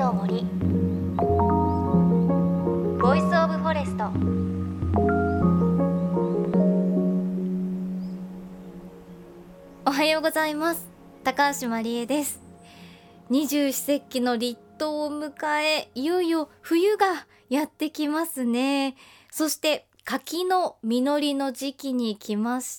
の森ボイスオブフォレスト。おはようございます。高橋真理恵です。二十四節気の立冬を迎え、いよいよ冬がやってきますね。そして柿の実りの時期に来ました。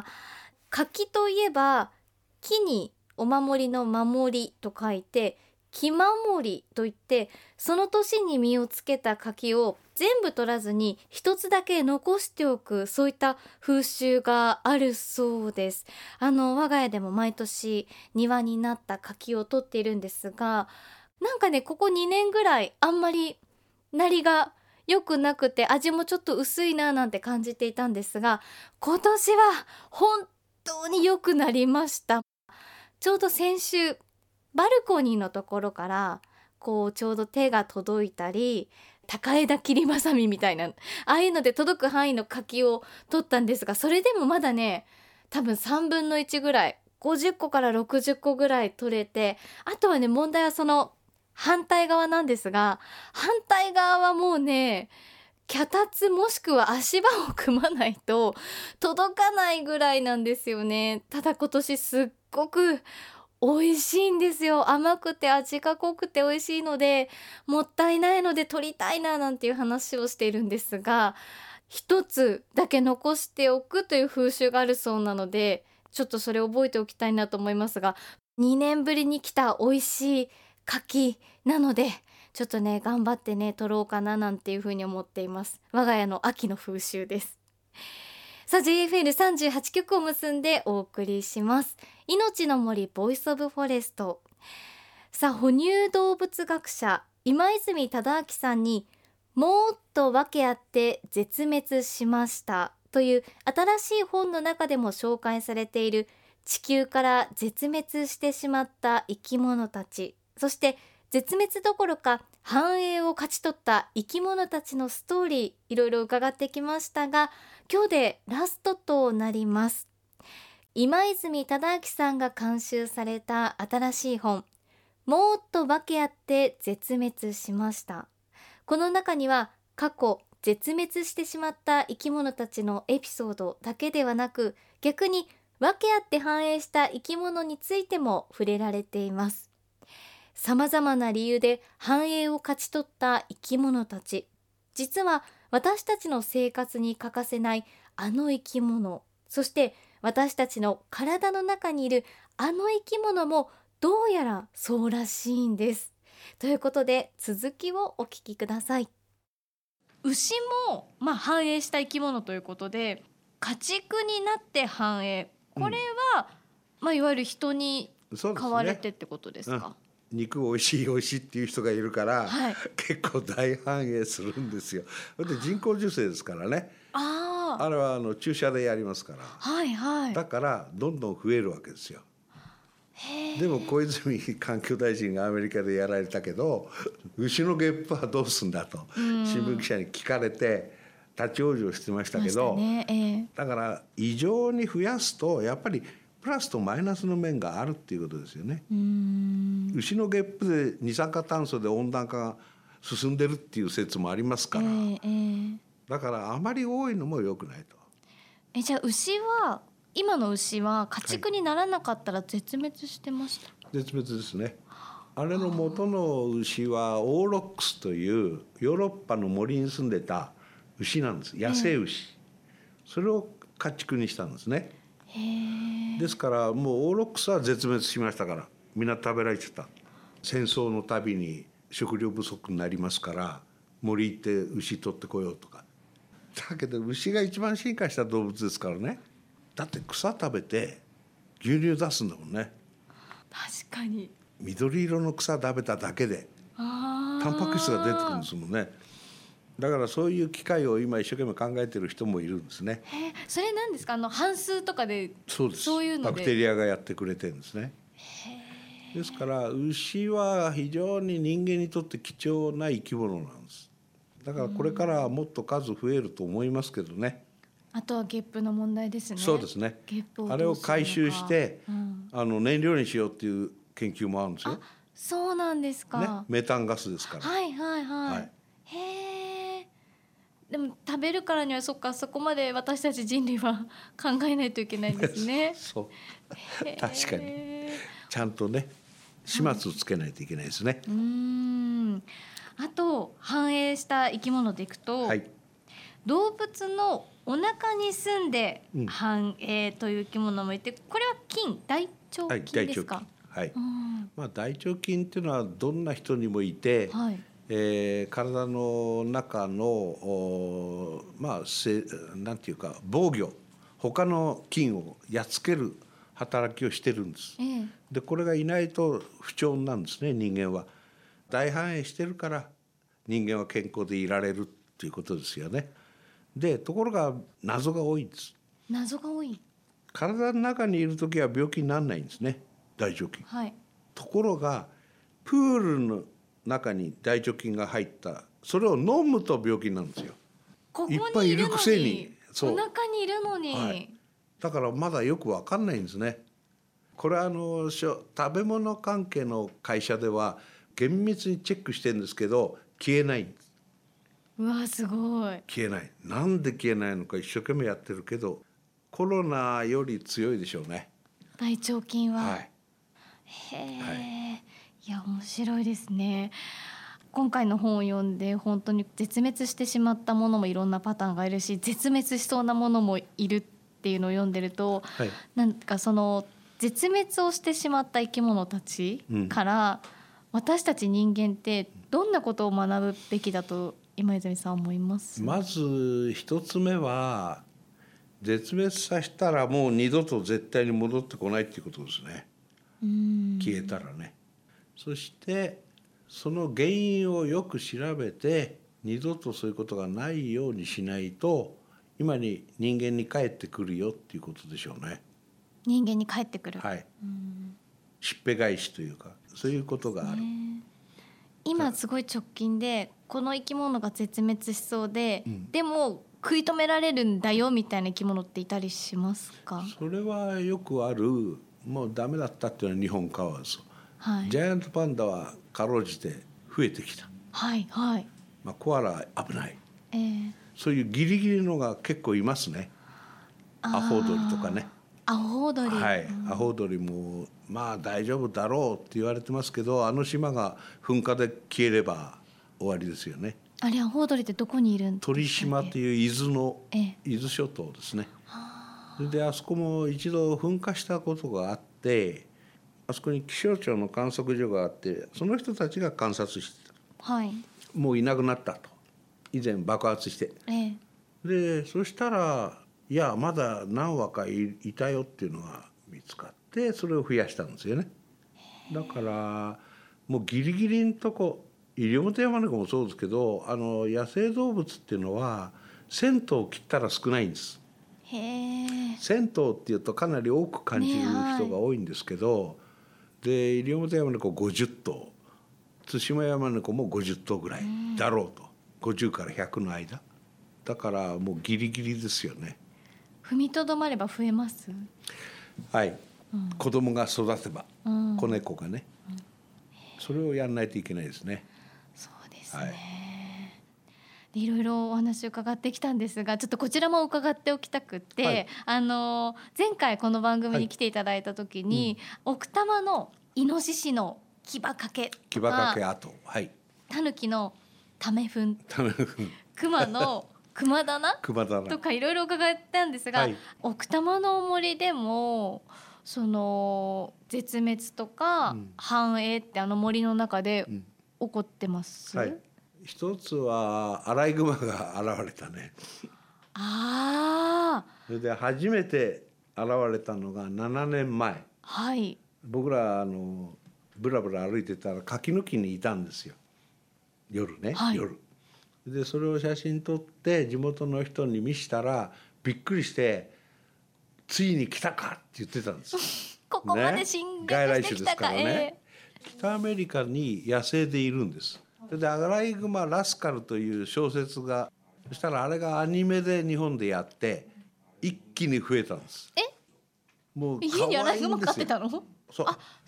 柿といえば木にお守りの守りと書いて木守りといって、その年に実をつけた柿を全部取らずに一つだけ残しておく、そういった風習があるそうです。我が家でも毎年庭になった柿を取っているんですが、なんかね、ここ2年ぐらいあんまりなりが良くなくて、味もちょっと薄いななんて感じていたんですが、今年は本当に良くなりました。ちょうど先週バルコニーのところからこうちょうど手が届いたり、高枝切りばさみみたいな、ああいうので届く範囲の柿を取ったんですが、それでもまだね、多分3分の1ぐらい、50個から60個ぐらい取れて、あとはね、問題はその反対側なんですが、反対側はもうね、脚立もしくは足場を組まないと届かないぐらいなんですよね。ただ今年すっごく美味しいんですよ。甘くて味が濃くて美味しいので、もったいないので取りたいななんていう話をしているんですが、一つだけ残しておくという風習があるそうなので、ちょっとそれ覚えておきたいなと思いますが、2年ぶりに来た美味しい柿なので、ちょっとね頑張ってね取ろうかななんていうふうに思っています。我が家の秋の風習です。さあ JFL38 曲を結んでお送りします。命の森ボイスオブフォレスト。さあ、哺乳動物学者今泉忠明さんにもっと訳あって絶滅しましたという新しい本の中でも紹介されている地球から絶滅してしまった生き物たち、そして絶滅どころか繁栄を勝ち取った生き物たちのストーリー、いろいろ伺ってきましたが、今日でラストとなります。今泉忠明さんが監修された新しい本、もっと訳あって絶滅しました。この中には過去絶滅してしまった生き物たちのエピソードだけではなく、逆に訳あって繁栄した生き物についても触れられています。さまざまな理由で繁栄を勝ち取った生き物たち、実は私たちの生活に欠かせないあの生き物、そして私たちの体の中にいるあの生き物もどうやらそうらしいんです。ということで続きをお聞きください。牛も、繁栄した生き物ということで、家畜になって繁栄、これは、いわゆる人に飼われてってことですか？ 肉おいしいおいしいっていう人がいるから、 はい、 結構大繁栄するんですよ。だって人工授精ですからね。あれは注射でやりますから、 はいはい、 だからどんどん増えるわけですよ。でも小泉環境大臣がアメリカでやられたけど、牛のゲップはどうすんだと新聞記者に聞かれて立ち往生してましたけど、だから異常に増やすとやっぱりプラスとマイナスの面があるっていうことですよね。牛のゲップで二酸化炭素で温暖化が進んでるっていう説もありますから、だからあまり多いのも良くないと。 じゃあ今の牛は家畜にならなかったら絶滅してました？ 絶滅ですね。あれの元の牛はオーロックスというヨーロッパの森に住んでた牛なんです。野生牛、それを家畜にしたんですね。ですからもうオーロックスは絶滅しましたから、みんな食べられちゃった。戦争のたびに食料不足になりますから森行って牛取ってこようとか。だけど牛が一番進化した動物ですからね。だって草食べて牛乳出すんだもんね。 確かに緑色の草食べただけでタンパク質が出てくるんですもんね。だからそういう機械を今一生懸命考えてる人もいるんですね。 それなんですか？半数とかで。 そうです。 そういうのでバクテリアがやってくれてるんですね。ですから牛は非常に人間にとって貴重な生き物なんです。だからこれからはもっと数増えると思いますけどね。 あとはゲップの問題ですね。 そうですね。 ゲップをあれを回収して、燃料にしようっていう研究もあるんですよ。 そうなんですか、 ね、メタンガスですから。 はいはいはい、 はい、 へえ。でも食べるからにはそっか、そこまで私たち人類は考えないといけないんですね。 そうへ確かにえ。 ちゃんとね始末をつけないといけないですね。 あと繁栄した生き物でいくと、 はい、 動物のお腹に住んでうん、 繁栄という生き物もいて、これは菌、大腸はい、 菌ですか？ 大腸菌、はい、 うん、 まあ、大腸菌っていうのはどんな人にもいて、 はい、 体の中のまあなんていうか防御、他の菌をやっつける働きをしてるんです。 ええ、 でこれがいないと不調なんですね、人間は。大繁栄してるから人間は健康でいられるっていうことですよね。でところが謎が多いんです。 謎が多い。 体の中にいる時は病気にならないんですね、大腸菌。 はい。 ところがプールの中に大腸菌が入った、それを飲むと病気になるんですよ。 ここいっぱいいるくせに。 お腹にいるのに、 はい、だからまだよく分かんないんですね。これは食べ物関係の会社では厳密にチェックしてるんですけど消えないんです。 うわすごい。 消えない。なんで消えないのか一生懸命やってるけど、コロナより強いでしょうね、 大腸菌は、 はい、 へえ、 はい、 いや面白いですね。今回の本を読んで本当に絶滅してしまったものもいろんなパターンがいるし、絶滅しそうなものもいるっていうのを読んでると、 はい、 なんかその絶滅をしてしまった生き物たちから、私たち人間ってどんなことを学ぶべきだと今泉さん思います？ まず一つ目は絶滅させたらもう二度と絶対に戻ってこないっていうことですね。消えたらね。そしてその原因をよく調べて二度とそういうことがないようにしないと今に人間に帰ってくるよっていうことでしょうね。 人間に帰ってくる、 はい、しっぺ返しというかそういうことがある。 今すごい直近でこの生き物が絶滅しそうで、でも食い止められるんだよみたいな生き物っていたりしますか？ それはよくある。もうダメだったっていうのは日本カワウソ、 はい、 ジャイアントパンダはかろうじて増えてきた、 はいはい、 コアラは危ない、 えー、 そういうギリギリのが結構いますね。アホウドリとかね。 アホウドリ、 はい、アホウドリもまあ大丈夫だろうって言われてますけど、あの島が噴火で消えれば終わりですよね。 あれアホウドリってどこにいるんですか？ 鳥島という伊豆の、伊豆諸島ですね。それであそこも一度噴火したことがあって、あそこに気象庁の観測所があって、その人たちが観察してた、 はい、 もういなくなったと、以前爆発して、でそしたらいやまだ何羽かいたよっていうのが見つかって、それを増やしたんですよね。だからもうギリギリのとこ、西表山猫もそうですけど、野生動物っていうのは1000頭切ったら少ないんです。 へー、 1000頭っていうとかなり多く感じる人が多いんですけど、で西表山猫50頭、対馬山猫も50頭ぐらいだろうと、50から100の間だからもうギリギリですよね。 踏みとどまれば増えます。 はい、子供が育てば、子猫がね、それをやらないといけないですね。 そうですね、でいろいろお話を伺ってきたんですが、ちょっとこちらも伺っておきたくって、前回この番組に来ていただいた時に、奥多摩のイノシシの牙掛けとか、 跡、はい、 タヌキのタメフン、クマの熊棚とかいろいろ伺ったんですが、奥多摩の森でもその絶滅とか繁栄って森の中で起こってます？ 一つはアライグマが現れたね。それで初めて現れたのが7年前、 はい、 僕らブラブラ歩いてたら柿の木にいたんですよ、夜ね、夜でそれを写真撮って地元の人に見したらびっくりして、ついに来たかって言ってたんですここまで進化してきたか、 北アメリカに野生でいるんです。でアライグマラスカルという小説が、そしたらあれがアニメで日本でやって一気に増えたんです。もう家にアライグマ飼ってたの？ そう、 そ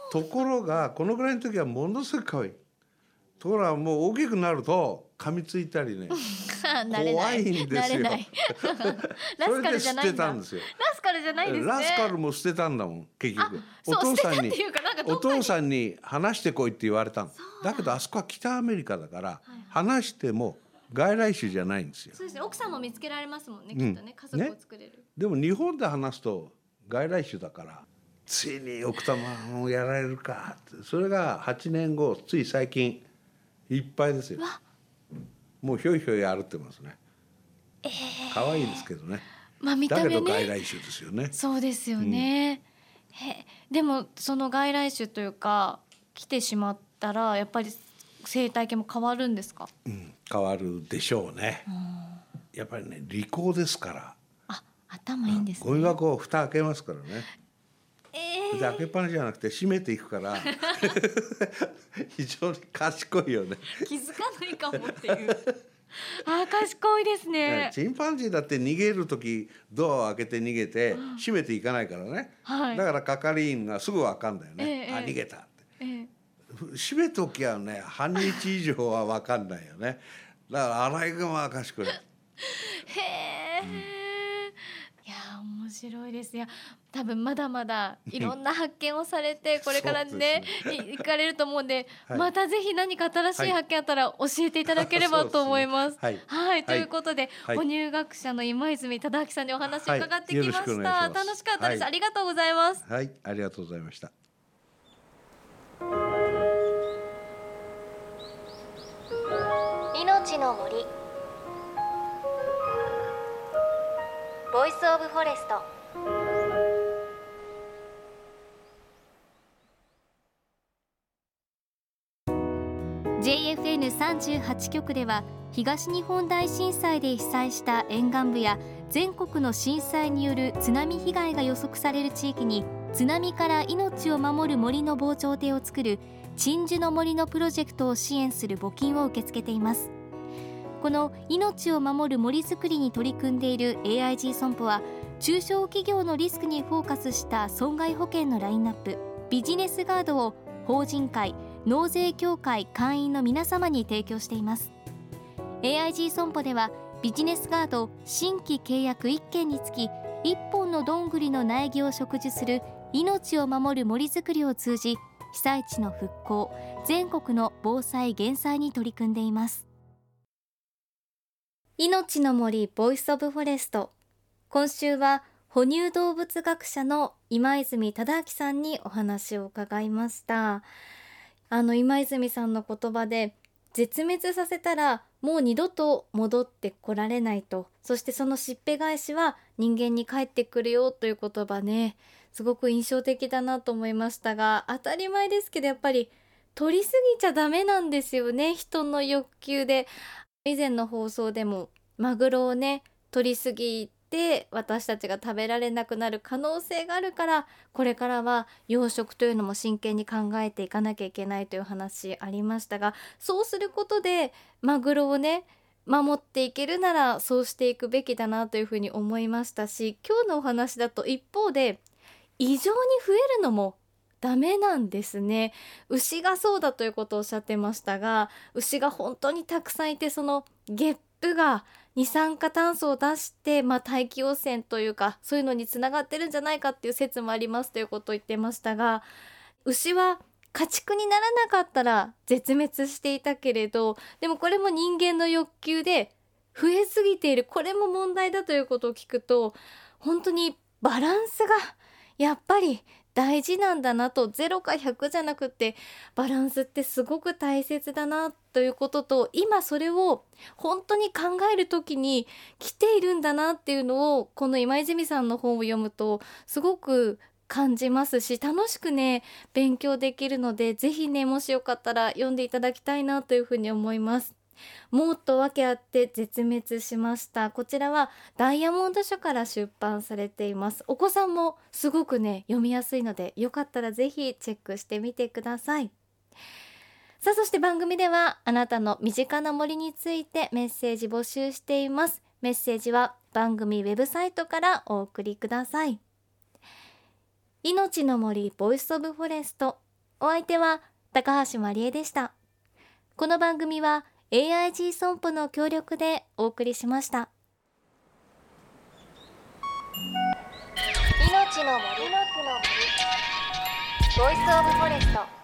ところがこのぐらいの時はものすごく可愛い。ところがもう大きくなると噛みついたりね怖いんですよ。 慣れないラスカルじゃないんだ。 それで捨てたんですよ。 ラスカルじゃないですね。 ラスカルも捨てたんだもん結局。おそう父さんに捨てたっていうかなんかどおっかに父さんに話してこいって言われたの。だけどあそこは北アメリカだから話しても外来種じゃないんですよ。 そうですね。奥さんも見つけられますもんね、 うんきっとね、家族を作れる。 でも日本で話すと外来種だからついに奥多摩をやられるかって。それが8年後つい最近いっぱいですよ。もうひょいひょい歩ってますね。可愛いですけどね。 まあ見ただけ目ね。 ど外来種ですよね。 そうですよね。でもその外来種というか来てしまったらやっぱり生態系も変わるんですか？ 変わるでしょうね。やっぱりね利口ですから。 頭いいんですゴミね。 箱を蓋開けますからね。で開けっぱなしじゃなくて閉めていくから非常に賢いよね。 気づかないかもっていう賢いですね。 チンパンジーだって逃げる時ドアを開けて逃げて閉めていかないからね、 はいだから係員がすぐ分かんだよね、逃げたって、閉めときゃね半日以上は分かんないよね。だからアライグマは賢い。 へえ、いや面白いです。いや多分まだまだいろんな発見をされてこれからね行かれると思うんで、またぜひ何か新しい発見あったら教えていただければと思います。ということで、哺乳学者の今泉忠明さんにお話を伺ってきました。楽しかったです、ありがとうございます。 はい、ありがとうございました。 命の森ボイスオブフォレスト。JFN38 局では東日本大震災で被災した沿岸部や全国の震災による津波被害が予測される地域に津波から命を守る森の防潮堤を作る鎮守の森のプロジェクトを支援する募金を受け付けています。この命を守る森づくりに取り組んでいる AIG 損保は中小企業のリスクにフォーカスした損害保険のラインナップビジネスガードを法人会納税協会会員の皆様に提供しています。 AIG 損保ではビジネスガード新規契約1件につき1本のどんぐりの苗木を植樹する命を守る森づくりを通じ被災地の復興全国の防災減災に取り組んでいます。命の森ボイスオブフォレスト、今週は哺乳動物学者の今泉忠明さんにお話を伺いました。今泉さんの言葉で絶滅させたらもう二度と戻ってこられないと、そしてそのしっぺ返しは人間に返ってくるよという言葉ね、すごく印象的だなと思いましたが、当たり前ですけどやっぱり取りすぎちゃダメなんですよね、人の欲求で。以前の放送でもマグロをね取りすぎて私たちが食べられなくなる可能性があるから、これからは養殖というのも真剣に考えていかなきゃいけないという話ありましたが、そうすることでマグロをね守っていけるならそうしていくべきだなというふうに思いましたし、今日のお話だと一方で異常に増えるのもダメなんですね。牛がそうだということをおっしゃってましたが、牛が本当にたくさんいてそのゲップが二酸化炭素を出して、大気汚染というかそういうのにつながってるんじゃないかっていう説もありますということを言ってましたが、牛は家畜にならなかったら絶滅していたけれど、でもこれも人間の欲求で増えすぎている、これも問題だということを聞くと本当にバランスがやっぱり大事なんだなと、0か100じゃなくてバランスってすごく大切だなということと、今それを本当に考える時に来ているんだなっていうのをこの今泉さんの本を読むとすごく感じますし、楽しくね勉強できるので、ぜひねもしよかったら読んでいただきたいなというふうに思います。もっと訳あって絶滅しました。こちらはダイヤモンド社から出版されています。お子さんもすごくね読みやすいので、よかったらぜひチェックしてみてください。さあそして番組ではあなたの身近な森についてメッセージ募集しています。メッセージは番組ウェブサイトからお送りください。命の森ボイスオブフォレスト、 お相手は高橋まりえでした。この番組は AIG 損保の協力でお送りしました。命の森ボイスオブフォレスト。